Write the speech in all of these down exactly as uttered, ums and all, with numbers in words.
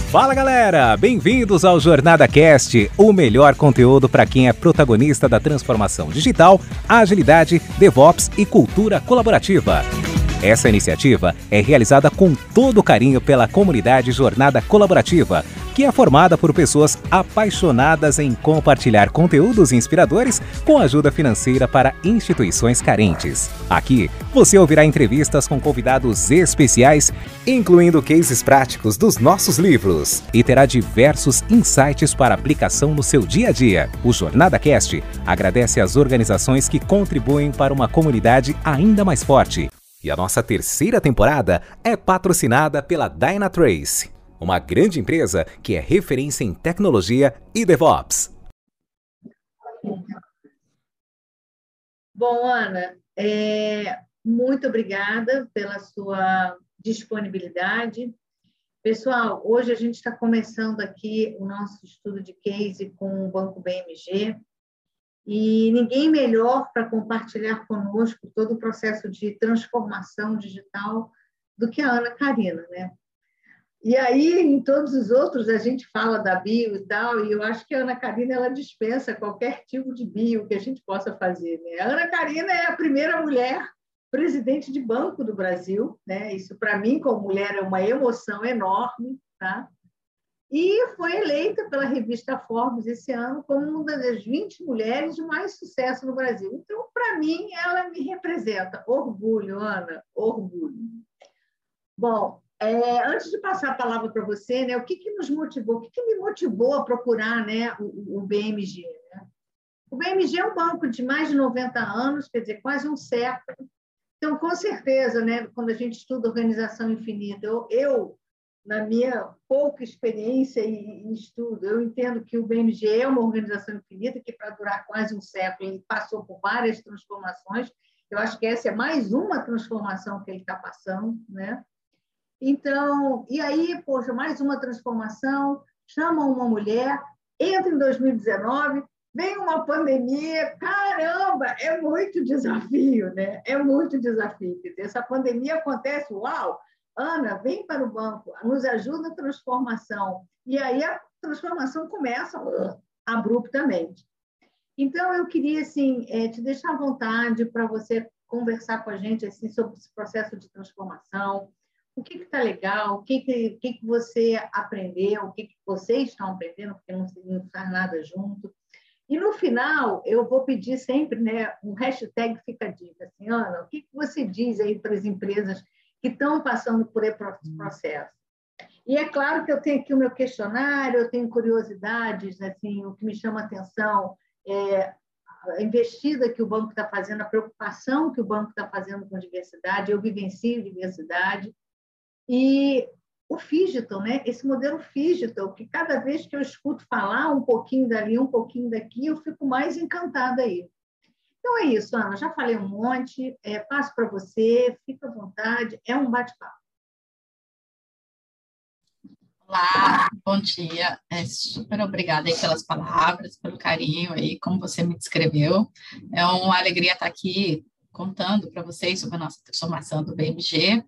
Fala galera, bem-vindos ao Jornada Cast, o melhor conteúdo para quem é protagonista da transformação digital, agilidade, DevOps e cultura colaborativa. Essa iniciativa é realizada com todo o carinho pela comunidade Jornada Colaborativa, que é formada por pessoas apaixonadas em compartilhar conteúdos inspiradores com ajuda financeira para instituições carentes. Aqui, você ouvirá entrevistas com convidados especiais, incluindo cases práticos dos nossos livros, e terá diversos insights para aplicação no seu dia a dia. O Jornada Cast agradece às organizações que contribuem para uma comunidade ainda mais forte. E a nossa terceira temporada é patrocinada pela Dynatrace, uma grande empresa que é referência em tecnologia e DevOps. Bom, Ana, é, muito obrigada pela sua disponibilidade. Pessoal, hoje a gente está começando aqui o nosso estudo de case com o Banco B M G, e ninguém melhor para compartilhar conosco todo o processo de transformação digital do que a Ana Carina, né? E aí, em todos os outros, a gente fala da bio e tal, e eu acho que a Ana Carina ela dispensa qualquer tipo de bio que a gente possa fazer, né? A Ana Carina é a primeira mulher presidente de banco do Brasil, né? Isso, para mim, como mulher, é uma emoção enorme, tá? E foi eleita pela revista Forbes esse ano como uma das vinte mulheres de mais sucesso no Brasil. Então, para mim, ela me representa. Orgulho, Ana, orgulho. Bom, é, antes de passar a palavra para você, né, o que, que nos motivou, o que, que me motivou a procurar, né, o, o B M G? Né? O B M G é um banco de mais de noventa anos, quer dizer, quase um século. Então, com certeza, né, quando a gente estuda Organização Infinita, eu, eu na minha pouca experiência em estudo, eu entendo que o B M G é uma organização infinita que, para durar quase um século, ele passou por várias transformações. Eu acho que essa é mais uma transformação que ele está passando, né? Então, e aí, poxa, mais uma transformação, chama uma mulher, entra em dois mil e dezenove, vem uma pandemia, caramba, é muito desafio, né? É muito desafio. Quer dizer, essa pandemia acontece, uau! Ana, vem para o banco, nos ajuda a transformação. E aí a transformação começa abruptamente. Então, eu queria assim, te deixar à vontade para você conversar com a gente assim, sobre esse processo de transformação, o que está legal, o que, que, que, que você aprendeu, o que, que vocês estão aprendendo, porque não, não faz nada junto. E, no final, eu vou pedir sempre, né, um hashtag Fica a Dica. Assim, Ana, o que, que você diz aí para as empresas que estão passando por esse processo? E é claro que eu tenho aqui o meu questionário, eu tenho curiosidades, assim, o que me chama a atenção é a investida que o banco está fazendo, a preocupação que o banco está fazendo com diversidade, eu vivencio diversidade, e o Phygital, né? Esse modelo Phygital, que cada vez que eu escuto falar um pouquinho dali, um pouquinho daqui, eu fico mais encantada aí. Então é isso, Ana, já falei um monte, é, passo para você, fica à vontade, é um bate-papo. Olá, bom dia, é, super obrigada aí pelas palavras, pelo carinho aí, como você me descreveu. É uma alegria estar aqui contando para vocês sobre a nossa transformação do B M G.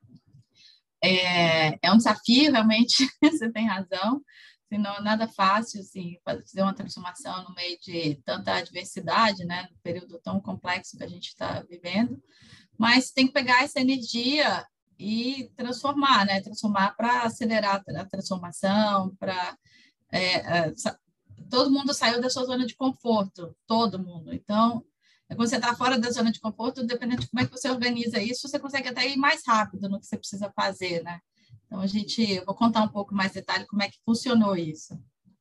É, é um desafio, realmente, você tem razão. Não é nada fácil, assim, fazer uma transformação no meio de tanta adversidade, né, no período tão complexo que a gente está vivendo, mas tem que pegar essa energia e transformar, né, transformar para acelerar a transformação, para... É, é, todo mundo saiu da sua zona de conforto, todo mundo. Então, quando você está fora da zona de conforto, dependendo de como é que você organiza isso, você consegue até ir mais rápido no que você precisa fazer, né? Então, a gente, eu vou contar um pouco mais detalhe como é que funcionou isso.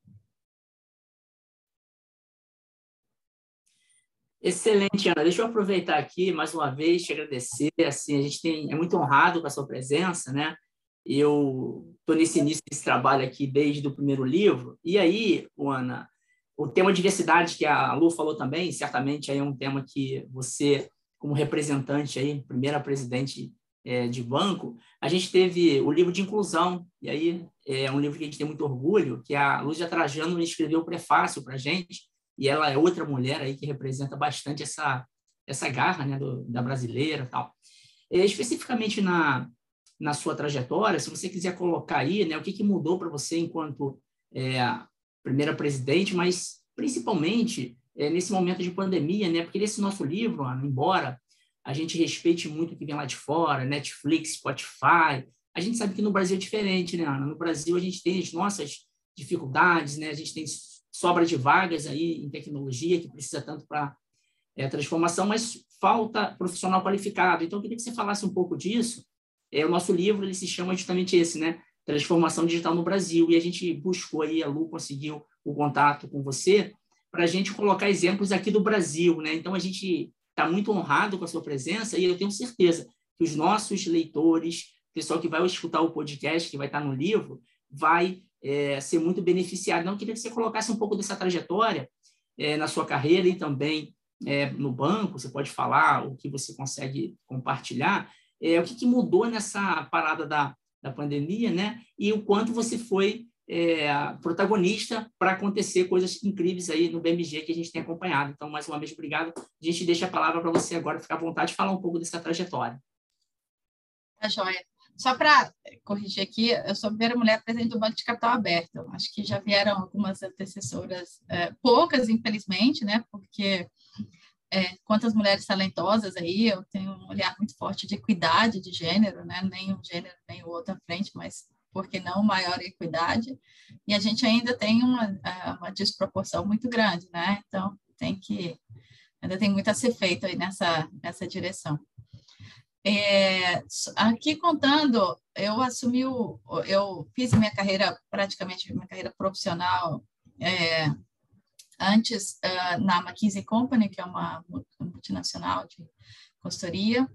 Excelente, Ana. Deixa eu aproveitar aqui, mais uma vez, te agradecer. Assim, a gente tem, é muito honrado com a sua presença, né? Eu estou nesse início desse trabalho aqui desde o primeiro livro. E aí, Ana, o tema diversidade que a Lu falou também, certamente aí é um tema que você, como representante aí, primeira presidente É, de banco, a gente teve o livro de inclusão, e aí é um livro que a gente tem muito orgulho, que a Lúcia Trajano escreveu o prefácio para a gente, e ela é outra mulher aí que representa bastante essa, essa garra, né, do, da brasileira e tal. É, especificamente na, na sua trajetória, se você quiser colocar aí, né, o que, que mudou para você enquanto é, primeira presidente, mas principalmente é, nesse momento de pandemia, né, porque esse nosso livro, Ana, embora a gente respeite muito o que vem lá de fora, Netflix, Spotify, a gente sabe que no Brasil é diferente, né, Ana? No Brasil a gente tem as nossas dificuldades, né, a gente tem sobra de vagas aí em tecnologia que precisa tanto para é, transformação, mas falta profissional qualificado. Então, eu queria que você falasse um pouco disso. É, o nosso livro ele se chama justamente esse, né? Transformação Digital no Brasil. E a gente buscou aí, a Lu conseguiu o contato com você para a gente colocar exemplos aqui do Brasil, né? Então, a gente está muito honrado com a sua presença e eu tenho certeza que os nossos leitores, o pessoal que vai escutar o podcast, que vai estar no livro, vai é, ser muito beneficiado. Então, eu queria que você colocasse um pouco dessa trajetória é, na sua carreira e também É, no banco, você pode falar o que você consegue compartilhar, é, o que, que mudou nessa parada da, da pandemia, né? E o quanto você foi é, protagonista para acontecer coisas incríveis aí no B M G que a gente tem acompanhado. Então, mais uma vez, obrigado. A gente deixa a palavra para você agora, ficar à vontade de falar um pouco dessa trajetória. Tá joia. Só para corrigir aqui, eu sou a primeira mulher presidente do Banco de Capital Aberto. Acho que já vieram algumas antecessoras, é, poucas, infelizmente, né? Porque é, quantas mulheres talentosas aí, eu tenho um olhar muito forte de equidade de gênero, né? Nem um gênero, nem o outro à frente, mas por que não maior equidade? E a gente ainda tem uma, uma desproporção muito grande, né? Então, tem que, ainda tem muito a ser feito aí nessa, nessa direção. É, aqui contando, eu assumi, o, eu fiz minha carreira, praticamente minha carreira profissional, é, antes uh, na McKinsey Company, que é uma multinacional de consultoria,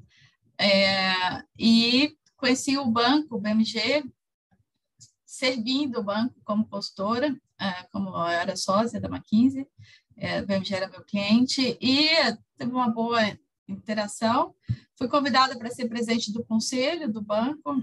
é, e conheci o banco, o B M G, servindo o banco como consultora, uh, como eu era sócia da McKinsey, é, o B M G era meu cliente, e teve uma boa interação. Fui convidada para ser presidente do conselho do banco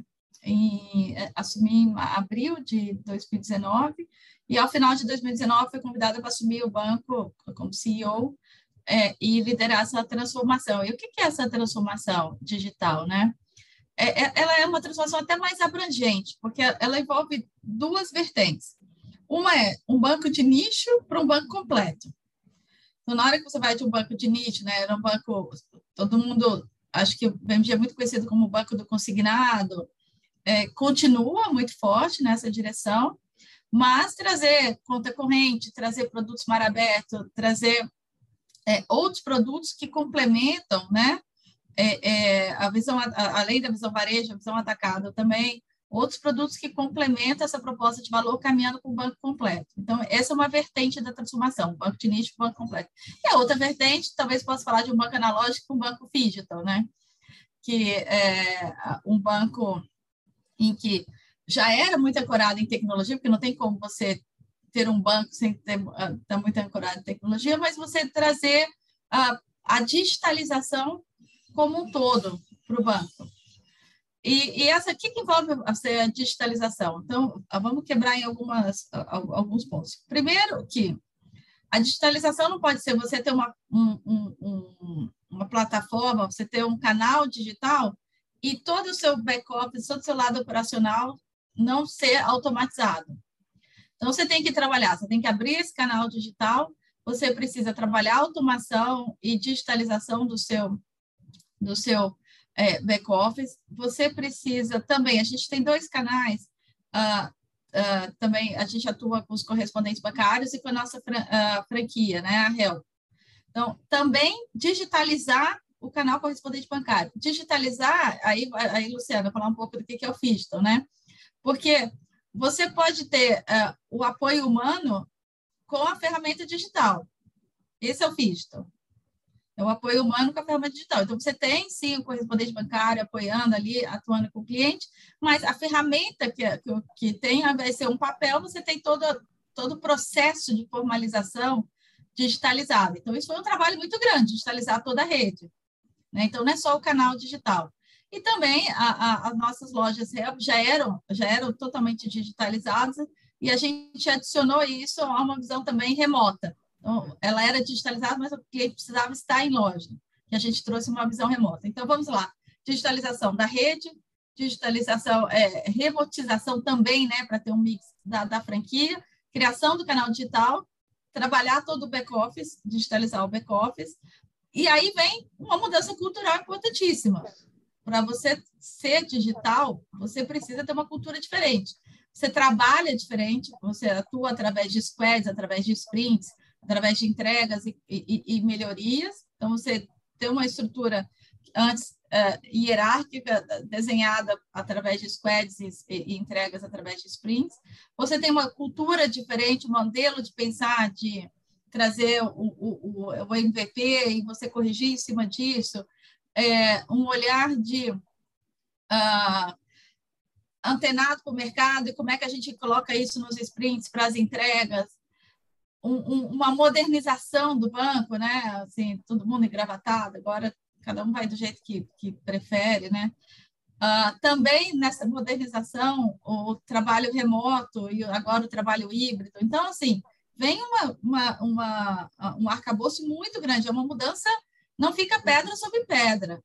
e assumi em abril de dois mil e dezenove e ao final de dois mil e dezenove fui convidada para assumir o banco como C E O é, e liderar essa transformação. E o que é essa transformação digital, né? É, é, ela é uma transformação até mais abrangente, porque ela envolve duas vertentes. Uma é um banco de nicho para um banco completo. Então, na hora que você vai de um banco de nicho, né, era um banco, todo mundo, acho que o B M G é muito conhecido como o banco do consignado, é, continua muito forte nessa direção, mas trazer conta corrente, trazer produtos mar aberto, trazer é, outros produtos que complementam, né, é, é, a visão, a, além da visão varejo, a visão atacada também, outros produtos que complementam essa proposta de valor caminhando para o banco completo. Então, essa é uma vertente da transformação, banco de nicho para o banco completo. E a outra vertente, talvez possa falar de um banco analógico para um banco digital, né? Que é um banco em que já era muito ancorado em tecnologia, porque não tem como você ter um banco sem ter, estar muito ancorado em tecnologia, mas você trazer a, a digitalização como um todo para o banco. E, e essa aqui que envolve a digitalização. Então, vamos quebrar em algumas, alguns pontos. Primeiro que a digitalização não pode ser você ter uma, um, um, uma plataforma, você ter um canal digital e todo o seu back-office, todo o seu lado operacional não ser automatizado. Então, você tem que trabalhar, você tem que abrir esse canal digital, você precisa trabalhar a automação e digitalização do seu, do seu é, back-office. Você precisa também, a gente tem dois canais, uh, uh, também a gente atua com os correspondentes bancários e com a nossa fran uh, franquia, né, a Help. Então, também digitalizar o canal correspondente bancário. Digitalizar, aí, aí Luciana, falar um pouco do que é o Digital, né? Porque você pode ter uh, o apoio humano com a ferramenta digital. Esse é o Digital. É o apoio humano com a ferramenta digital. Então, você tem, sim, o correspondente bancário apoiando ali, atuando com o cliente, mas a ferramenta que, que, que tem, ao invés de ser um papel, você tem todo, todo o processo de formalização digitalizado. Então, isso foi um trabalho muito grande, digitalizar toda a rede. Né? Então, não é só o canal digital. E também a, a, as nossas lojas já eram, já eram totalmente digitalizadas e a gente adicionou isso a uma visão também remota. Então, ela era digitalizada, mas o cliente precisava estar em loja, que a gente trouxe uma visão remota. Então, vamos lá. Digitalização da rede, digitalização, é, remotização também, né, para ter um mix da, da franquia, criação do canal digital, trabalhar todo o back-office, digitalizar o back-office, e aí vem uma mudança cultural importantíssima. Para você ser digital, você precisa ter uma cultura diferente. Você trabalha diferente, você atua através de squads, através de sprints, através de entregas e, e, e melhorias. Então, você tem uma estrutura antes uh, hierárquica, desenhada através de squads e, e entregas através de sprints. Você tem uma cultura diferente, um modelo de pensar, de trazer o, o, o M V P e você corrigir em cima disso. É, um olhar de uh, antenado para o mercado e como é que a gente coloca isso nos sprints para as entregas. Um, um, uma modernização do banco, né? Assim, todo mundo engravatado, agora cada um vai do jeito que, que prefere, né? Uh, também nessa modernização, o trabalho remoto e agora o trabalho híbrido. Então, assim, vem uma, uma, uma, um arcabouço muito grande, é uma mudança, não fica pedra sobre pedra.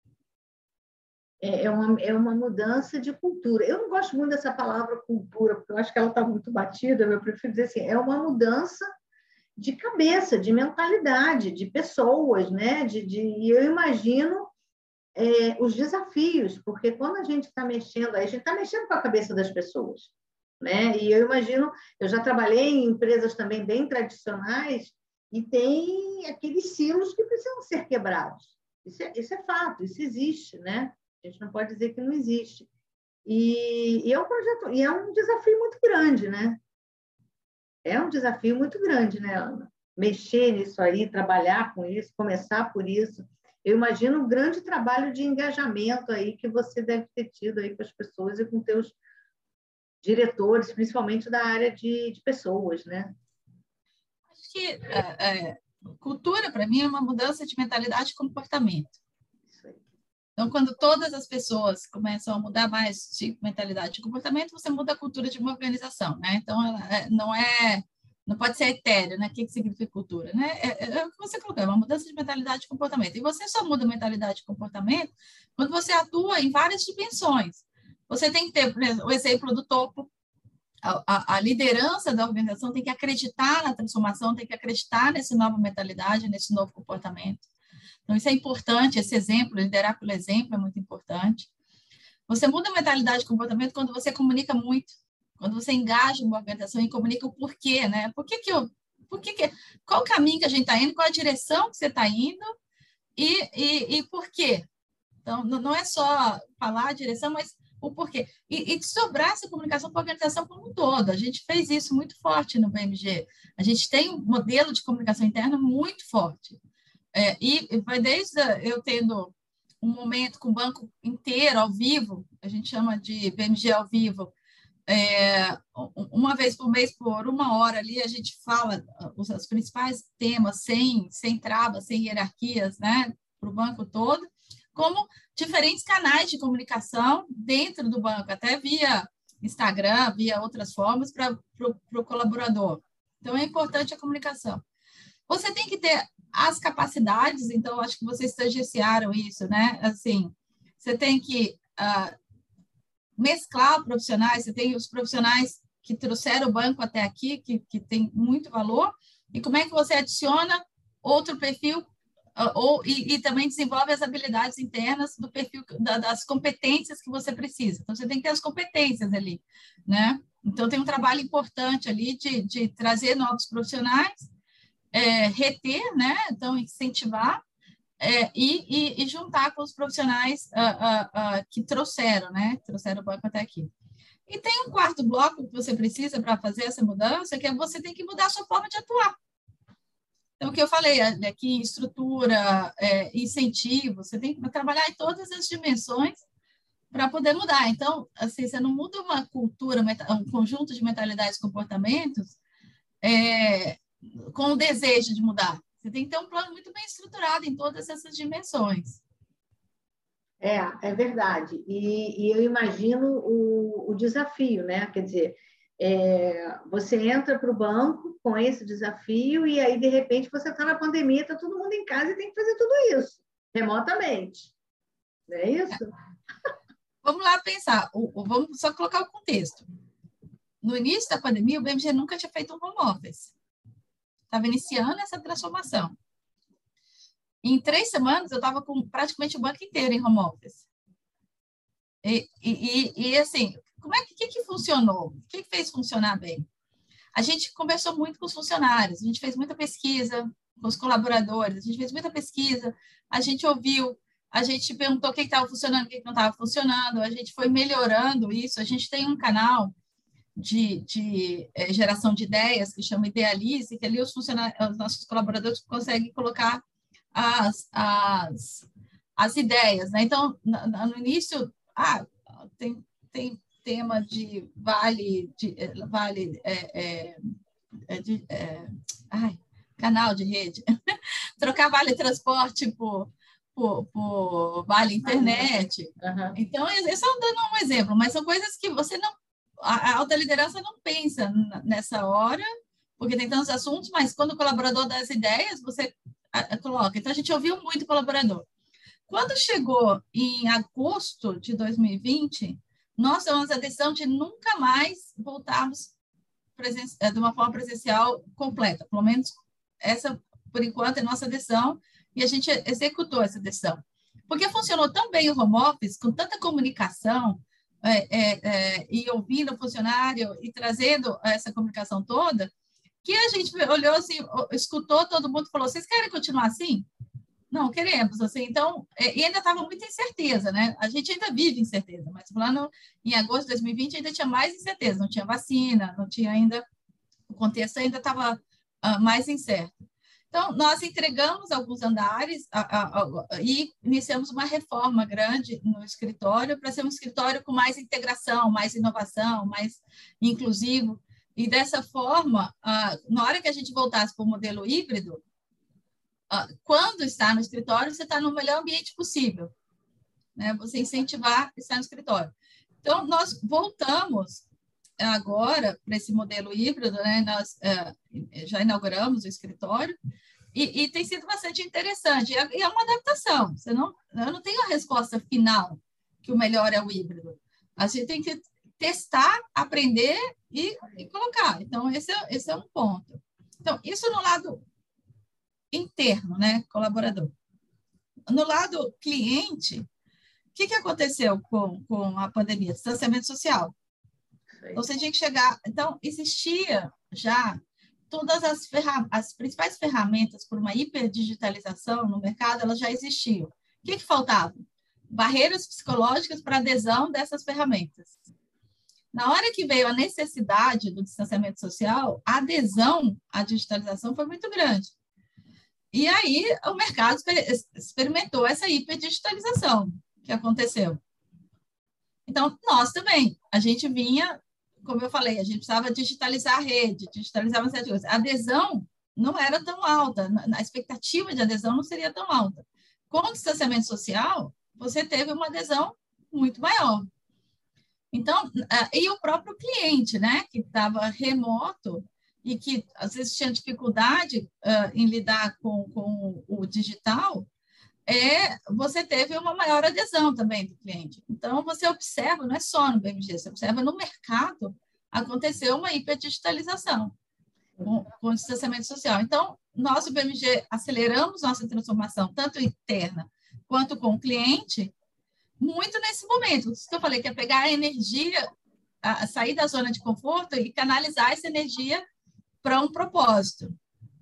É uma, é uma mudança de cultura. Eu não gosto muito dessa palavra cultura, porque eu acho que ela está muito batida, eu prefiro dizer assim, é uma mudança de cabeça, de mentalidade, de pessoas, né? De, de, e eu imagino é, os desafios, porque quando a gente está mexendo, a gente está mexendo com a cabeça das pessoas, né? E eu imagino, eu já trabalhei em empresas também bem tradicionais e tem aqueles silos que precisam ser quebrados. Isso é, isso é fato, isso existe, né? A gente não pode dizer que não existe. E, e, é um projeto, e é um desafio muito grande, né? É um desafio muito grande, né, Ana? Mexer nisso aí, trabalhar com isso, começar por isso. Eu imagino um grande trabalho de engajamento aí que você deve ter tido aí com as pessoas e com teus diretores, principalmente da área de, de pessoas, né? Acho que é, é, cultura, para mim, é uma mudança de mentalidade e comportamento. Então, quando todas as pessoas começam a mudar mais de mentalidade e comportamento, você muda a cultura de uma organização, né? Então, ela não é, não pode ser etéreo, né? O que, que significa cultura, né? É, é o que você colocou, é uma mudança de mentalidade e comportamento. E você só muda a mentalidade e comportamento quando você atua em várias dimensões. Você tem que ter, por exemplo, o exemplo do topo. A, a, a liderança da organização tem que acreditar na transformação, tem que acreditar nessa nova mentalidade, nesse novo comportamento. Então, isso é importante, esse exemplo, liderar pelo exemplo é muito importante. Você muda a mentalidade e comportamento quando você comunica muito, quando você engaja uma organização e comunica o porquê, né? Por que que eu, por que que, qual o caminho que a gente está indo, qual a direção que você está indo e, e, e por quê? Então, não é só falar a direção, mas o porquê. E, e sobrar essa comunicação para a organização como um todo. A gente fez isso muito forte no B M G. A gente tem um modelo de comunicação interna muito forte. É, e vai desde eu tendo um momento com o banco inteiro ao vivo, a gente chama de B M G ao vivo, é, uma vez por mês, por uma hora ali, a gente fala os, os principais temas, sem, sem travas, sem hierarquias, né, para o banco todo, como diferentes canais de comunicação dentro do banco, até via Instagram, via outras formas para o colaborador. Então, é importante a comunicação. Você tem que ter as capacidades, então, acho que vocês tangenciaram isso, né? Assim, você tem que uh, mesclar profissionais, você tem os profissionais que trouxeram o banco até aqui, que, que tem muito valor, e como é que você adiciona outro perfil, uh, ou, e, e também desenvolve as habilidades internas do perfil, da, das competências que você precisa. Então, você tem que ter as competências ali, né? Então, tem um trabalho importante ali de, de trazer novos profissionais, É, reter, né? Então, incentivar é, e, e, e juntar com os profissionais uh, uh, uh, que trouxeram, né? Trouxeram o banco até aqui. E tem um quarto bloco que você precisa para fazer essa mudança, que é você tem que mudar a sua forma de atuar. Então, o que eu falei aqui, estrutura, é, incentivo, você tem que trabalhar em todas as dimensões para poder mudar. Então, assim, você não muda uma cultura, um conjunto de mentalidades e comportamentos é, com o desejo de mudar. Você tem que ter um plano muito bem estruturado em todas essas dimensões. É, é verdade. E, e eu imagino o, o desafio, né? Quer dizer, é, você entra para o banco com esse desafio e aí, de repente, você está na pandemia, está todo mundo em casa e tem que fazer tudo isso, remotamente. Não é isso? vamos lá pensar, o, o, vamos só colocar o contexto. No início da pandemia, o B M G nunca tinha feito um home office. Estava iniciando essa transformação. Em três semanas, eu estava com praticamente o banco inteiro em home office. E, e, e assim, como é que, que, que funcionou? O que, que fez funcionar bem? A gente conversou muito com os funcionários, a gente fez muita pesquisa com os colaboradores, a gente fez muita pesquisa, a gente ouviu, a gente perguntou o que estava funcionando, o que não estava funcionando, a gente foi melhorando isso. A gente tem um canal de, de é, geração de ideias que chama Idealize, que ali os funcionários, os nossos colaboradores conseguem colocar as, as, as ideias, né? Então, no início, ah, tem, tem tema de vale, de, vale é, é, de, é, ai, canal de rede, trocar vale transporte por, por, por vale internet. Uhum. Então, eu só dando um exemplo, mas são coisas que você não, a, a alta liderança não pensa nessa hora, porque tem tantos assuntos, mas quando o colaborador dá as ideias, você a, a, coloca. Então, a gente ouviu muito o colaborador. Quando chegou em agosto de dois mil e vinte, nós tomamos a decisão de nunca mais voltarmos presen- de uma forma presencial completa. Pelo menos essa, por enquanto, é a nossa decisão, e a gente executou essa decisão. Porque funcionou tão bem o home office, com tanta comunicação, é, é, é, e ouvindo o funcionário e trazendo essa comunicação toda, que a gente olhou assim, escutou todo mundo e falou: vocês querem continuar assim? Não, queremos, assim, então, e ainda estava muita incerteza, né? A gente ainda vive incerteza, mas falando em agosto de dois mil e vinte ainda tinha mais incerteza, não tinha vacina, não tinha ainda, o contexto ainda estava uh, mais incerto. Então, nós entregamos alguns andares a, a, a, e iniciamos uma reforma grande no escritório para ser um escritório com mais integração, mais inovação, mais inclusivo, e dessa forma, uh, na hora que a gente voltasse para o modelo híbrido, quando está no escritório, você está no melhor ambiente possível, né? Você incentivar estar no escritório. Então, nós voltamos agora para esse modelo híbrido, né? Nós uh, já inauguramos o escritório e, e tem sido bastante interessante. E é, é uma adaptação. Você não, eu não tenho a resposta final que o melhor é o híbrido. A gente tem que testar, aprender e, e colocar. Então, esse é, esse é um ponto. Então, isso no lado interno, né, colaborador. No lado cliente, o que, que aconteceu com, com a pandemia? Distanciamento social. Então, você tinha que chegar... Então, existia já todas as, ferram as principais ferramentas para uma hiperdigitalização no mercado, elas já existiam. O que, que faltava? Barreiras psicológicas para adesão dessas ferramentas. Na hora que veio a necessidade do distanciamento social, a adesão à digitalização foi muito grande. E aí o mercado experimentou essa hiperdigitalização que aconteceu. Então, nós também, a gente vinha, como eu falei, a gente precisava digitalizar a rede, digitalizar uma série de coisas. A adesão não era tão alta, a expectativa de adesão não seria tão alta. Com o distanciamento social, você teve uma adesão muito maior. Então, e o próprio cliente, né, que estava remoto, e que às vezes tinha dificuldade uh, em lidar com, com o digital, é, você teve uma maior adesão também do cliente. Então, você observa, não é só no B M G, você observa no mercado, aconteceu uma hiperdigitalização com, com o distanciamento social. Então, nós, o B M G, aceleramos nossa transformação, tanto interna quanto com o cliente, muito nesse momento. Isso que eu falei, que é pegar a energia, a, a sair da zona de conforto e canalizar essa energia para um propósito.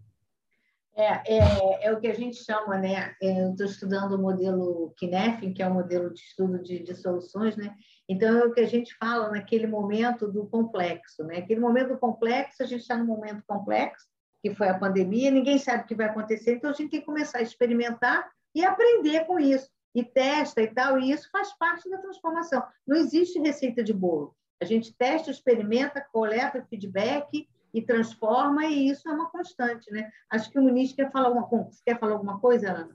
É, é, é o que a gente chama, né? Eu estou estudando o modelo Kinefin, que é o modelo de estudo de, de soluções, né? Então, é o que a gente fala naquele momento do complexo, né? Aquele momento do complexo, a gente está no momento complexo, que foi a pandemia, ninguém sabe o que vai acontecer, então a gente tem que começar a experimentar e aprender com isso, e testa e tal, e isso faz parte da transformação. Não existe receita de bolo. A gente testa, experimenta, coleta feedback e transforma, e isso é uma constante, né? Acho que o Muniz quer falar alguma coisa. Você quer falar alguma coisa, Ana?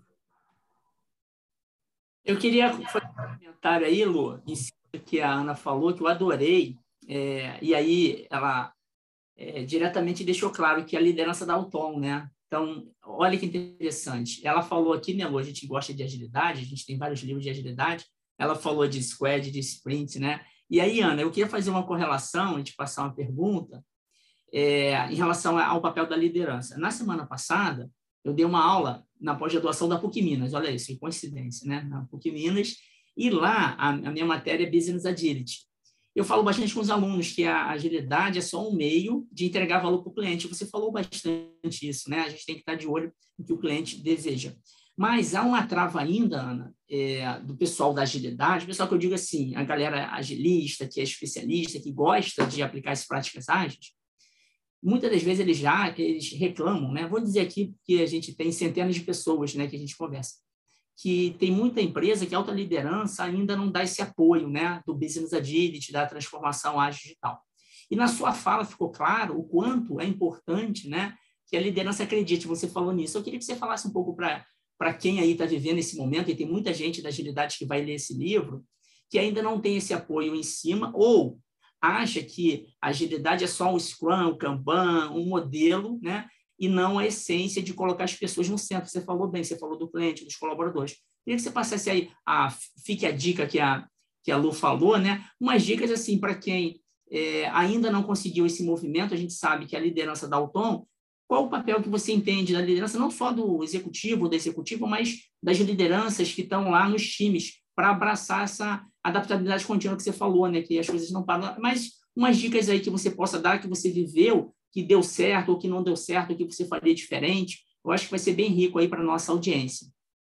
Eu queria fazer um comentário aí, Lu, em cima do que a Ana falou, que eu adorei, é, e aí ela é, diretamente deixou claro que a liderança dá o tom, né? Então, olha que interessante. Ela falou aqui, né, Lu, a gente gosta de agilidade, a gente tem vários livros de agilidade, ela falou de squad, de sprint, né? E aí, Ana, eu queria fazer uma correlação e te passar uma pergunta é, em relação ao papel da liderança. Na semana passada, eu dei uma aula na pós-graduação da PUC Minas, olha isso, que coincidência, né? Na PUC Minas, e lá a, a minha matéria é Business Agility. Eu falo bastante com os alunos que a agilidade é só um meio de entregar valor para o cliente. Você falou bastante isso, né? A gente tem que estar de olho no que o cliente deseja. Mas há uma trava ainda, Ana, é, do pessoal da agilidade, o pessoal que eu digo assim, a galera agilista, que é especialista, que gosta de aplicar as práticas ágeis, muitas das vezes eles já eles reclamam, né? Vou dizer aqui que a gente tem centenas de pessoas, né, que a gente conversa, que tem muita empresa que a alta liderança ainda não dá esse apoio, né, do Business Agility, da transformação ágil digital. E na sua fala ficou claro o quanto é importante, né, que a liderança acredite. Você falou nisso. Eu queria que você falasse um pouco para para quem aí está vivendo esse momento, e tem muita gente da agilidade que vai ler esse livro, que ainda não tem esse apoio em cima, ou acha que a agilidade é só um Scrum, um Kanban, um modelo, né? E não a essência de colocar as pessoas no centro. Você falou bem, você falou do cliente, dos colaboradores. Queria que você passasse aí, a, fique a dica que a, que a Lu falou, né? Umas dicas assim para quem é, ainda não conseguiu esse movimento. A gente sabe que a liderança dá o tom. Qual o papel que você entende da liderança, não só do executivo, da executiva, mas das lideranças que estão lá nos times, para abraçar essa adaptabilidade contínua que você falou, né? Que as coisas não param. Mas umas dicas aí que você possa dar, que você viveu, que deu certo ou que não deu certo, ou que você faria diferente. Eu acho que vai ser bem rico aí para a nossa audiência.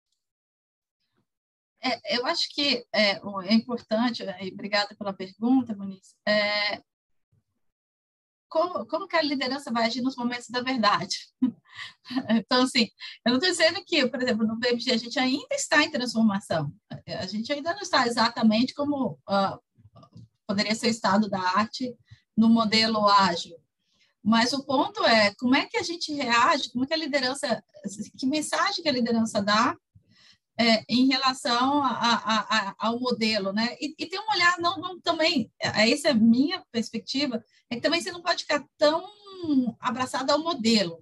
É, eu acho que é, é importante, e obrigada pela pergunta, Muniz, é, como, como que a liderança vai agir nos momentos da verdade? Então, assim, eu não estou dizendo que, por exemplo, no B M G a gente ainda está em transformação, a gente ainda não está exatamente como uh, poderia ser o estado da arte no modelo ágil, mas o ponto é como é que a gente reage, como é que a liderança, que mensagem que a liderança dá é, em relação a, a, a, ao modelo, né? E, e tem um olhar, não, não também, essa é a minha perspectiva, é que também você não pode ficar tão abraçado ao modelo.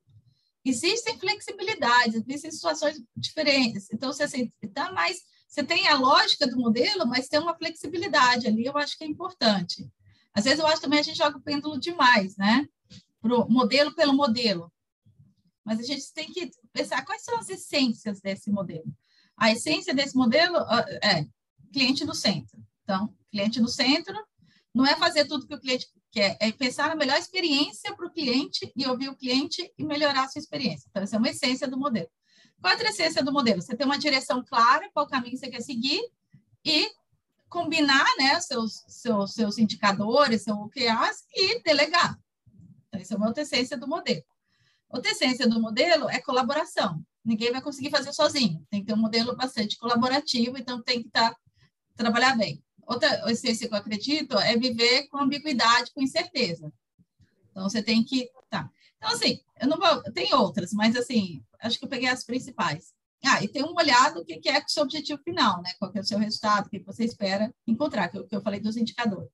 Existem flexibilidades, existem situações diferentes. Então, você assim, tá mais, você tem a lógica do modelo, mas tem uma flexibilidade ali, eu acho que é importante. Às vezes, eu acho também a gente joga o pêndulo demais, né? Pro modelo pelo modelo. Mas a gente tem que pensar quais são as essências desse modelo. A essência desse modelo é cliente no centro. Então, cliente no centro não é fazer tudo que o cliente quer, é pensar na melhor experiência para o cliente e ouvir o cliente e melhorar a sua experiência. Então, essa é uma essência do modelo. Qual é a essência do modelo? Você tem uma direção clara, qual caminho você quer seguir e combinar, né, seus, seus, seus indicadores, seus O K As e delegar. Então, essa é uma outra essência do modelo. Outra essência do modelo é colaboração. Ninguém vai conseguir fazer sozinho. Tem que ter um modelo bastante colaborativo, então tem que estar, trabalhar bem. Outra essência que eu acredito é viver com ambiguidade, com incerteza. Então, você tem que... Tá. Então, assim, eu não vou... Tem outras, mas, assim, acho que eu peguei as principais. Ah, e tem um olhar do que é o seu objetivo final, né? Qual que é o seu resultado, o que você espera encontrar, que é o que eu falei dos indicadores.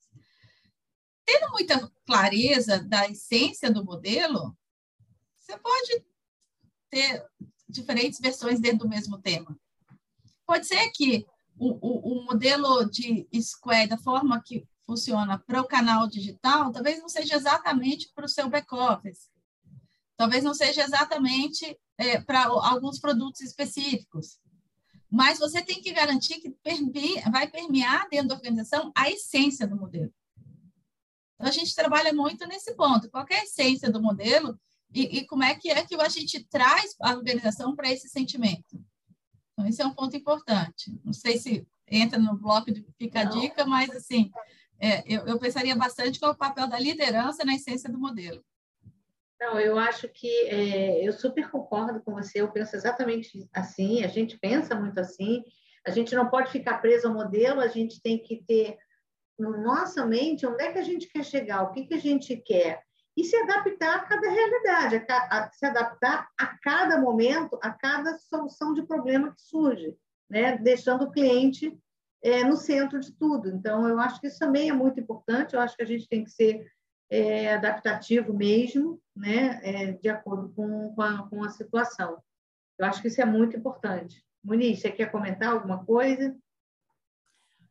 Tendo muita clareza da essência do modelo, você pode ter diferentes versões dentro do mesmo tema. Pode ser que o, o, o modelo de Square, da forma que funciona para o canal digital, talvez não seja exatamente para o seu back-office. Talvez não seja exatamente é, para alguns produtos específicos. Mas você tem que garantir que perme, vai permear dentro da organização a essência do modelo. Então, a gente trabalha muito nesse ponto. Qual é a essência do modelo e, e como é que é que a gente traz a organização para esse sentimento? Então, esse é um ponto importante. Não sei se entra no bloco de Fica a Dica, mas, assim, é, eu, eu pensaria bastante qual é o papel da liderança na essência do modelo. Não, eu acho que é, eu super concordo com você, eu penso exatamente assim, a gente pensa muito assim, a gente não pode ficar preso ao modelo, a gente tem que ter na nossa mente onde é que a gente quer chegar, o que, que a gente quer, e se adaptar a cada realidade, a, a, se adaptar a cada momento, a cada solução de problema que surge, né? Deixando o cliente é, no centro de tudo. Então, eu acho que isso também é muito importante, eu acho que a gente tem que ser é, adaptativo mesmo, né? É, de acordo com, com, a, com a situação. Eu acho que isso é muito importante. Muniz, você quer comentar alguma coisa?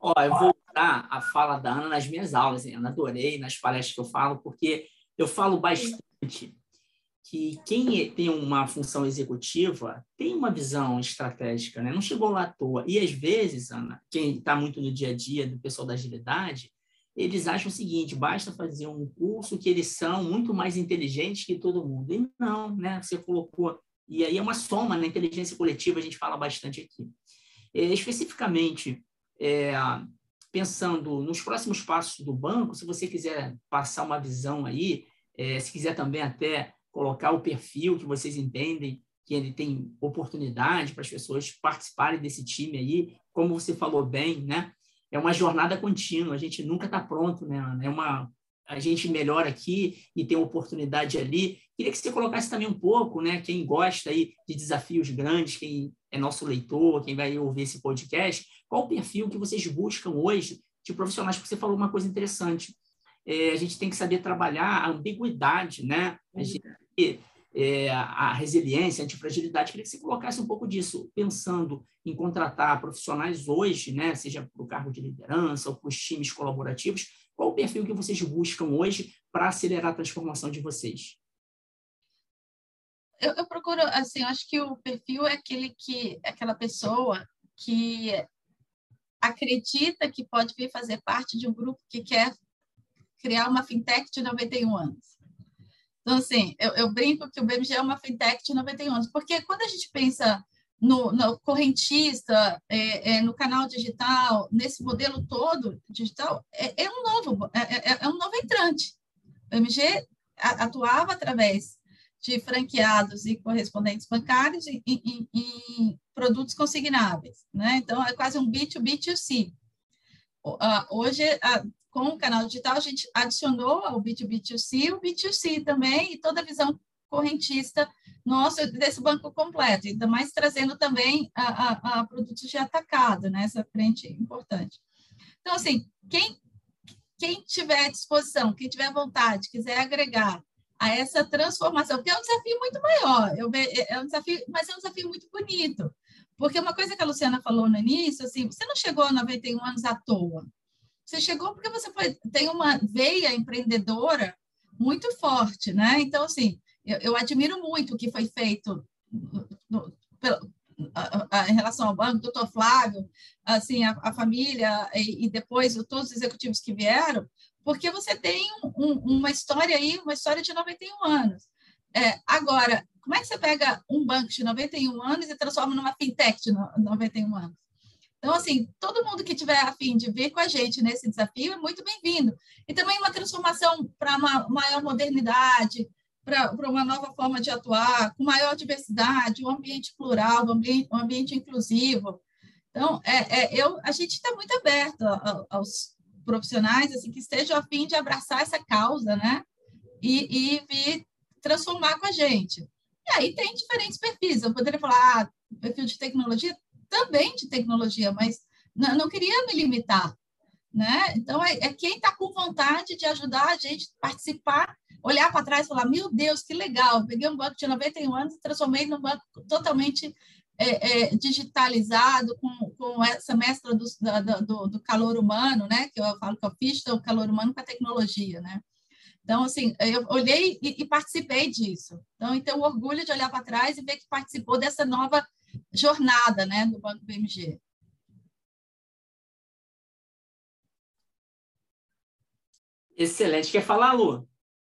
Ó, eu vou usar a fala da Ana nas minhas aulas, hein? Ana, adorei nas palestras que eu falo, porque eu falo bastante que quem tem uma função executiva tem uma visão estratégica, né? Não chegou lá à toa. E, às vezes, Ana, quem está muito no dia a dia do pessoal da agilidade, eles acham o seguinte, basta fazer um curso que eles são muito mais inteligentes que todo mundo. E não, né? Você colocou... E aí é uma soma, na inteligência coletiva, a gente fala bastante aqui. É, especificamente, é, pensando nos próximos passos do banco, se você quiser passar uma visão aí, é, se quiser também até colocar o perfil que vocês entendem que ele tem oportunidade para as pessoas participarem desse time aí, como você falou bem, né? É uma jornada contínua, a gente nunca está pronto, né, Ana? É uma, a gente melhora aqui e tem oportunidade ali. Queria que você colocasse também um pouco, né, quem gosta aí de desafios grandes, quem é nosso leitor, quem vai ouvir esse podcast, qual o perfil que vocês buscam hoje de profissionais? Porque você falou uma coisa interessante, é, a gente tem que saber trabalhar a ambiguidade, né? A gente, é, a resiliência, a antifragilidade. Queria que você colocasse um pouco disso, pensando em contratar profissionais hoje, né, seja para o cargo de liderança ou para os times colaborativos. Qual o perfil que vocês buscam hoje para acelerar a transformação de vocês? Eu, eu procuro, assim, eu acho que o perfil é aquele que, aquela pessoa que acredita que pode vir fazer parte de um grupo que quer criar uma fintech de noventa e um anos. Então, assim, eu, eu brinco que o B M G é uma fintech de noventa e um anos, porque quando a gente pensa no, no correntista, é, é, no canal digital, nesse modelo todo digital, é, é um novo, é, é um novo entrante. O B M G atuava através de franqueados e correspondentes bancários em, em, em produtos consignáveis, né? Então, é quase um B dois B dois C. Hoje, com o canal digital, a gente adicionou ao B dois B dois C o B dois C também e toda a visão correntista nossa desse banco completo, ainda mais trazendo também a, a, a produtos de atacado, né? Essa frente importante. Então, assim, quem, quem tiver disposição, quem tiver vontade, quiser agregar a essa transformação, porque é um desafio muito maior, eu, é um desafio, mas é um desafio muito bonito, porque uma coisa que a Luciana falou no início, assim, você não chegou a noventa e um anos à toa, você chegou porque você foi, tem uma veia empreendedora muito forte, né? Então, assim, eu, eu admiro muito o que foi feito no, no, pelo, a, a, em relação ao banco, doutor Flávio, assim, a, a família e, e depois todos os executivos que vieram, porque você tem um, uma história aí, uma história de noventa e um anos. É, agora, como é que você pega um banco de noventa e um anos e transforma numa fintech de noventa e um anos? Então, assim, todo mundo que tiver a fim de vir com a gente nesse desafio é muito bem-vindo. E também uma transformação para uma maior modernidade, para uma nova forma de atuar, com maior diversidade, um ambiente plural, um ambiente, um ambiente inclusivo. Então, é, é, eu, a gente está muito aberto aos profissionais assim, que estejam a fim de abraçar essa causa, né? E, e vir transformar com a gente. E aí tem diferentes perfis. Eu poderia falar, ah, perfil de tecnologia, também de tecnologia, mas não, não queria me limitar, né? Então, é, é quem está com vontade de ajudar a gente a participar, olhar para trás e falar, meu Deus, que legal, eu peguei um banco de noventa e um anos e transformei num banco totalmente é, é, digitalizado, com, com essa mescla do, do, do calor humano, né? Que eu falo que eu fiz o calor humano com a tecnologia, né? Então, assim, eu olhei e, e participei disso. Então, eu tenho orgulho de olhar para trás e ver que participou dessa nova jornada, né, do Banco B M G. Excelente. Quer falar, Lu?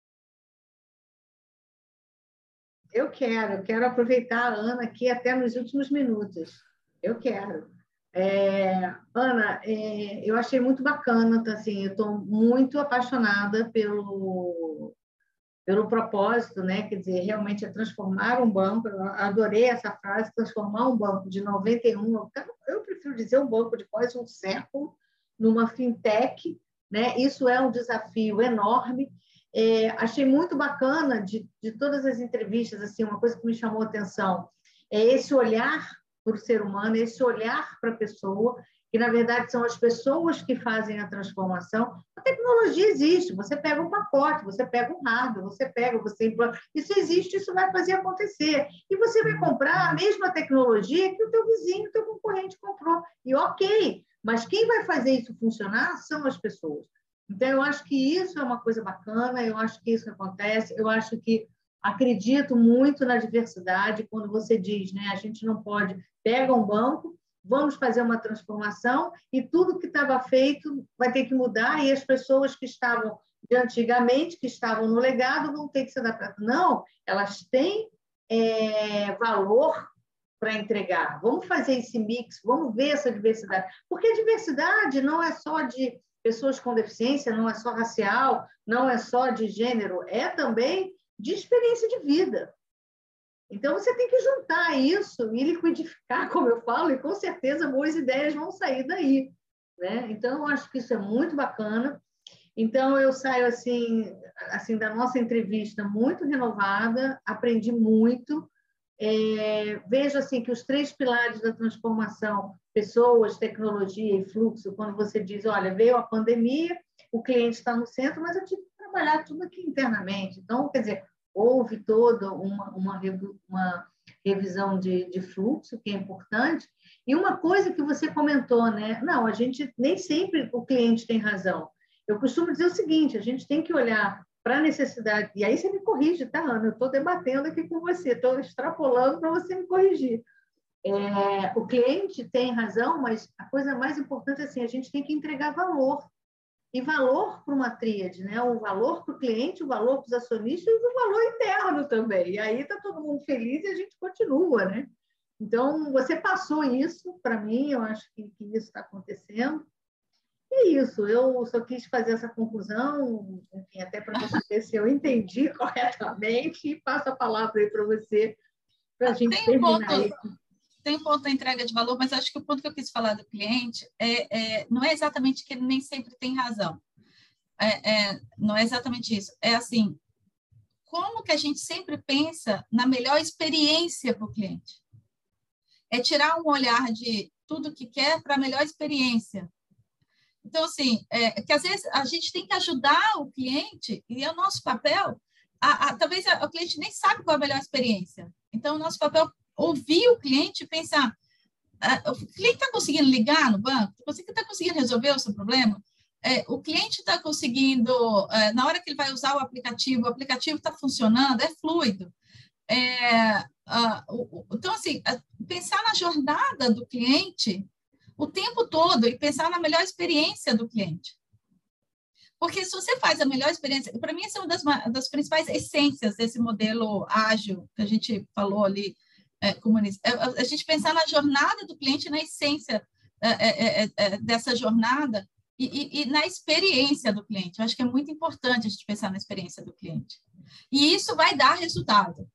Eu quero, eu quero aproveitar a Ana aqui até nos últimos minutos. Eu quero. É, Ana, é, eu achei muito bacana, tá, assim, eu estou muito apaixonada pelo, pelo propósito, né? Quer dizer, realmente é transformar um banco, eu adorei essa frase, transformar um banco de noventa e um, eu prefiro dizer um banco de quase um século, numa fintech, né? Isso é um desafio enorme. É, achei muito bacana de, de todas as entrevistas, assim, uma coisa que me chamou a atenção é esse olhar para o ser humano, esse olhar para a pessoa, que na verdade são as pessoas que fazem a transformação. A tecnologia existe, você pega um pacote, você pega um hardware, você pega, você implanta, isso existe, isso vai fazer acontecer. E você vai comprar a mesma tecnologia que o teu vizinho, o teu concorrente comprou. E ok, Mas quem vai fazer isso funcionar são as pessoas. Então, eu acho que isso é uma coisa bacana, eu acho que isso acontece, eu acho que acredito muito na diversidade, quando você diz, né, a gente não pode, pega um banco, vamos fazer uma transformação e tudo que estava feito vai ter que mudar e as pessoas que estavam de antigamente, que estavam no legado, vão ter que se adaptar. Não, elas têm é, valor para entregar. Vamos fazer esse mix, vamos ver essa diversidade. Porque a diversidade não é só de pessoas com deficiência, não é só racial, não é só de gênero, é também de experiência de vida. Então, você tem que juntar isso e liquidificar, como eu falo, e com certeza boas ideias vão sair daí, né? Então, eu acho que isso é muito bacana. Então, eu saio assim, assim da nossa entrevista muito renovada, aprendi muito, é, vejo assim, que os três pilares da transformação, pessoas, tecnologia e fluxo, quando você diz, olha, veio a pandemia, o cliente está no centro, mas eu tive que trabalhar tudo aqui internamente. Então, quer dizer, houve toda uma, uma, uma revisão de, de fluxo, que é importante. E uma coisa que você comentou, né? Não, a gente nem sempre o cliente tem razão. Eu costumo dizer o seguinte, a gente tem que olhar para a necessidade, e aí você me corrige, tá, Ana? Eu estou debatendo aqui com você, estou extrapolando para você me corrigir. É, o cliente tem razão, mas a coisa mais importante é assim, a gente tem que entregar valor. E valor para uma tríade, né? O valor para o cliente, o valor para os acionistas e o valor interno também. E aí está todo mundo feliz e a gente continua, né? Então, você passou isso para mim, eu acho que, que isso está acontecendo. E é isso, eu só quis fazer essa conclusão, enfim, até para você ver se eu entendi corretamente, e passo a palavra aí para você, para a gente tem terminar um aí. ponto, tem um ponto da entrega de valor, mas acho que o ponto que eu quis falar do cliente é, é, não é exatamente que ele nem sempre tem razão. É, é, não é exatamente isso. É assim, como que a gente sempre pensa na melhor experiência para o cliente? É tirar um olhar de tudo que quer para a melhor experiência. Então, assim, é, que às vezes a gente tem que ajudar o cliente, e é o nosso papel, a, a, talvez a, o cliente nem sabe qual é a melhor experiência. Então, o nosso papel é ouvir o cliente e pensar, a, o cliente está conseguindo ligar no banco? Você que está conseguindo resolver o seu problema? É, o cliente está conseguindo, é, na hora que ele vai usar o aplicativo, o aplicativo está funcionando, é fluido. É, a, o, então, assim, a, pensar na jornada do cliente o tempo todo e pensar na melhor experiência do cliente. Porque se você faz a melhor experiência, para mim essa é uma das, das principais essências desse modelo ágil que a gente falou ali, é, comunista. É, a gente pensar na jornada do cliente, na essência é, é, é, dessa jornada e, e, e na experiência do cliente. Eu acho que é muito importante a gente pensar na experiência do cliente. E isso vai dar resultado.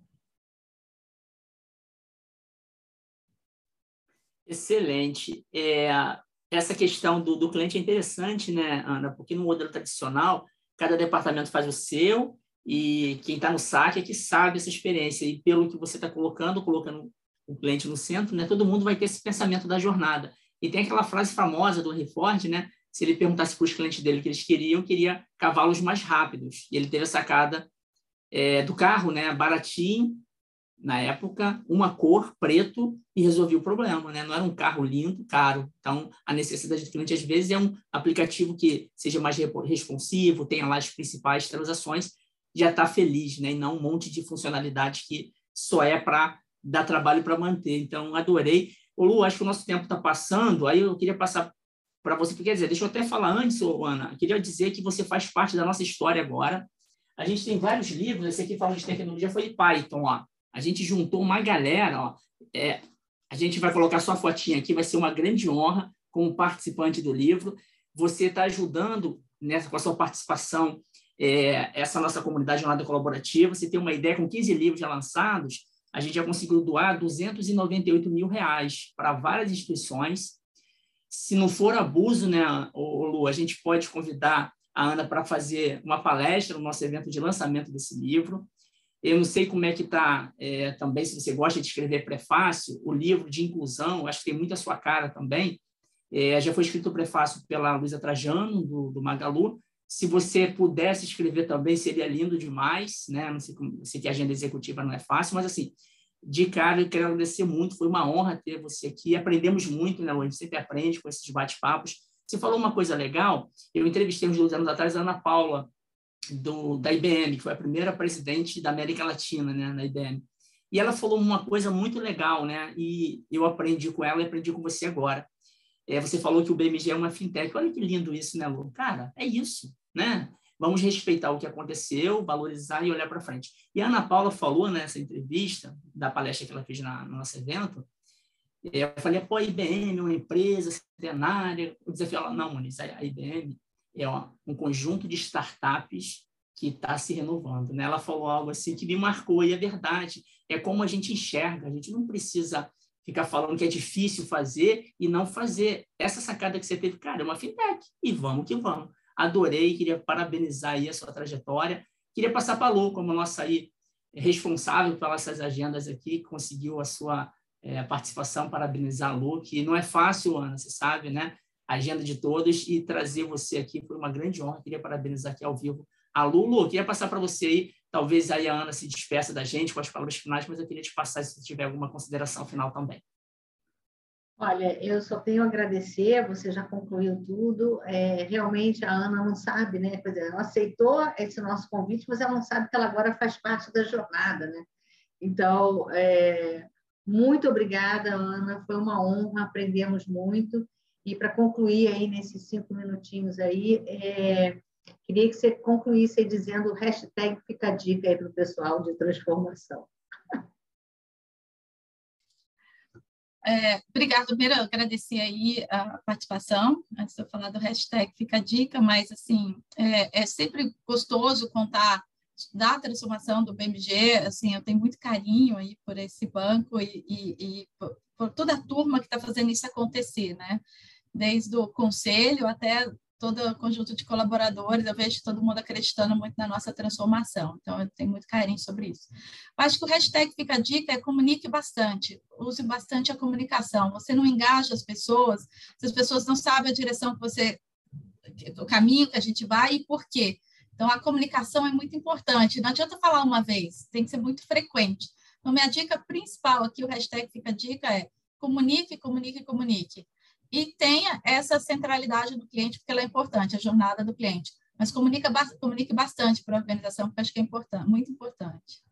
Excelente. É, essa questão do, do cliente é interessante, né, Ana? Porque no modelo tradicional, cada departamento faz o seu e quem está no saque é que sabe essa experiência. E pelo que você está colocando, colocando o cliente no centro, né, todo mundo vai ter esse pensamento da jornada. E tem aquela frase famosa do Henry Ford, né? Se ele perguntasse para os clientes dele o que eles queriam, queria cavalos mais rápidos. E ele teve a sacada é, do carro, né, baratinho, na época, uma cor, preto, e resolvia o problema, né? Não era um carro lindo, caro. Então, a necessidade do cliente, às vezes, é um aplicativo que seja mais responsivo, tenha lá as principais transações, já está feliz, né? E não um monte de funcionalidades que só é para dar trabalho para manter. Então, adorei. Ô, Lu, acho que o nosso tempo está passando, aí eu queria passar para você, porque, quer dizer, deixa eu até falar antes, ô, Ana, eu queria dizer que você faz parte da nossa história agora. A gente tem vários livros, esse aqui fala de tecnologia, foi Python, ó. A gente juntou uma galera, ó, é, a gente vai colocar sua fotinha aqui, vai ser uma grande honra como participante do livro. Você está ajudando, nessa, com a sua participação, é, essa nossa comunidade jornada colaborativa. Você tem uma ideia, com quinze livros já lançados, a gente já conseguiu doar duzentos e noventa e oito mil reais para várias instituições. Se não for abuso, né, ô, Lu, a gente pode convidar a Ana para fazer uma palestra no nosso evento de lançamento desse livro. Eu não sei como é que está, é, também, se você gosta de escrever prefácio, o livro de inclusão, acho que tem muito a sua cara também. É, já foi escrito o prefácio pela Luísa Trajano, do, do Magalu. Se você pudesse escrever também, seria lindo demais, né? Não sei, como, sei que a agenda executiva não é fácil, mas, assim, de cara, eu quero agradecer muito, foi uma honra ter você aqui, aprendemos muito, né, Lu? A gente sempre aprende com esses bate-papos. Você falou uma coisa legal, eu entrevistei uns dois anos atrás a Ana Paula, do, da I B M, que foi a primeira presidente da América Latina, né, na I B M. E ela falou uma coisa muito legal, né, e eu aprendi com ela e aprendi com você agora. É, você falou que o B M G é uma fintech. Olha que lindo isso, né, Lu? Cara, é isso, né? Vamos respeitar o que aconteceu, valorizar e olhar para frente. E a Ana Paula falou nessa entrevista, da palestra que ela fez na, no nosso evento, eu falei, pô, a I B M é uma empresa centenária. O desafio ela, não, Muniz, a I B M é um conjunto de startups que está se renovando, né? Ela falou algo assim que me marcou, e é verdade. É como a gente enxerga, a gente não precisa ficar falando que é difícil fazer e não fazer. Essa sacada que você teve, cara, é uma fintech, e vamos que vamos. Adorei, queria parabenizar aí a sua trajetória. Queria passar para a Lu, como nossa aí responsável pelas essas agendas aqui, que conseguiu a sua é, participação, parabenizar a Lu, que não é fácil, Ana, você sabe, né? A agenda de todos, e trazer você aqui foi uma grande honra. Queria parabenizar aqui ao vivo a Lu. Lu, queria passar para você aí, talvez aí a Ana se despeça da gente com as palavras finais, mas eu queria te passar se tiver alguma consideração final também. Olha, eu só tenho a agradecer, você já concluiu tudo. É, realmente, a Ana não sabe, né? Quer dizer, ela aceitou esse nosso convite, mas ela não sabe que ela agora faz parte da jornada, né? Então, é, muito obrigada, Ana, foi uma honra, aprendemos muito. E para concluir aí nesses cinco minutinhos aí, é, queria que você concluísse aí dizendo o hashtag Fica a Dica aí para o pessoal de transformação. É, obrigada, primeiro agradecer aí a participação, antes de eu falar do hashtag Fica a Dica, mas assim, é, é sempre gostoso contar da transformação do B M G, assim, eu tenho muito carinho aí por esse banco e, e, e por, por toda a turma que está fazendo isso acontecer, né? Desde o conselho até todo o conjunto de colaboradores, eu vejo todo mundo acreditando muito na nossa transformação, então eu tenho muito carinho sobre isso. Eu acho que o hashtag Fica a Dica é comunique bastante, use bastante a comunicação, você não engaja as pessoas, se as pessoas não sabem a direção que você, o caminho que a gente vai e por quê. Então, a comunicação é muito importante, não adianta falar uma vez, tem que ser muito frequente. Então, minha dica principal aqui, o hashtag Fica a Dica é comunique, comunique, comunique. E tenha essa centralidade do cliente, porque ela é importante, a jornada do cliente. Mas comunica, comunique bastante para a organização, porque acho que é importante, muito importante.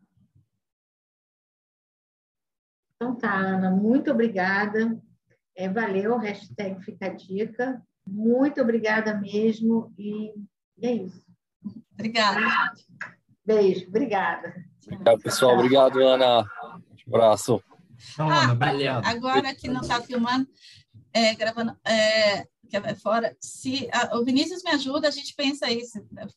Então tá, Ana, muito obrigada. É, valeu, hashtag Fica a Dica. Muito obrigada mesmo. E, e é isso. Obrigada. Ah, beijo, obrigada. Obrigado, pessoal. Obrigado, Ana. Um abraço. Ah, agora que não está filmando, é, gravando, é, que é fora, se a, o Vinícius me ajuda, a gente pensa isso,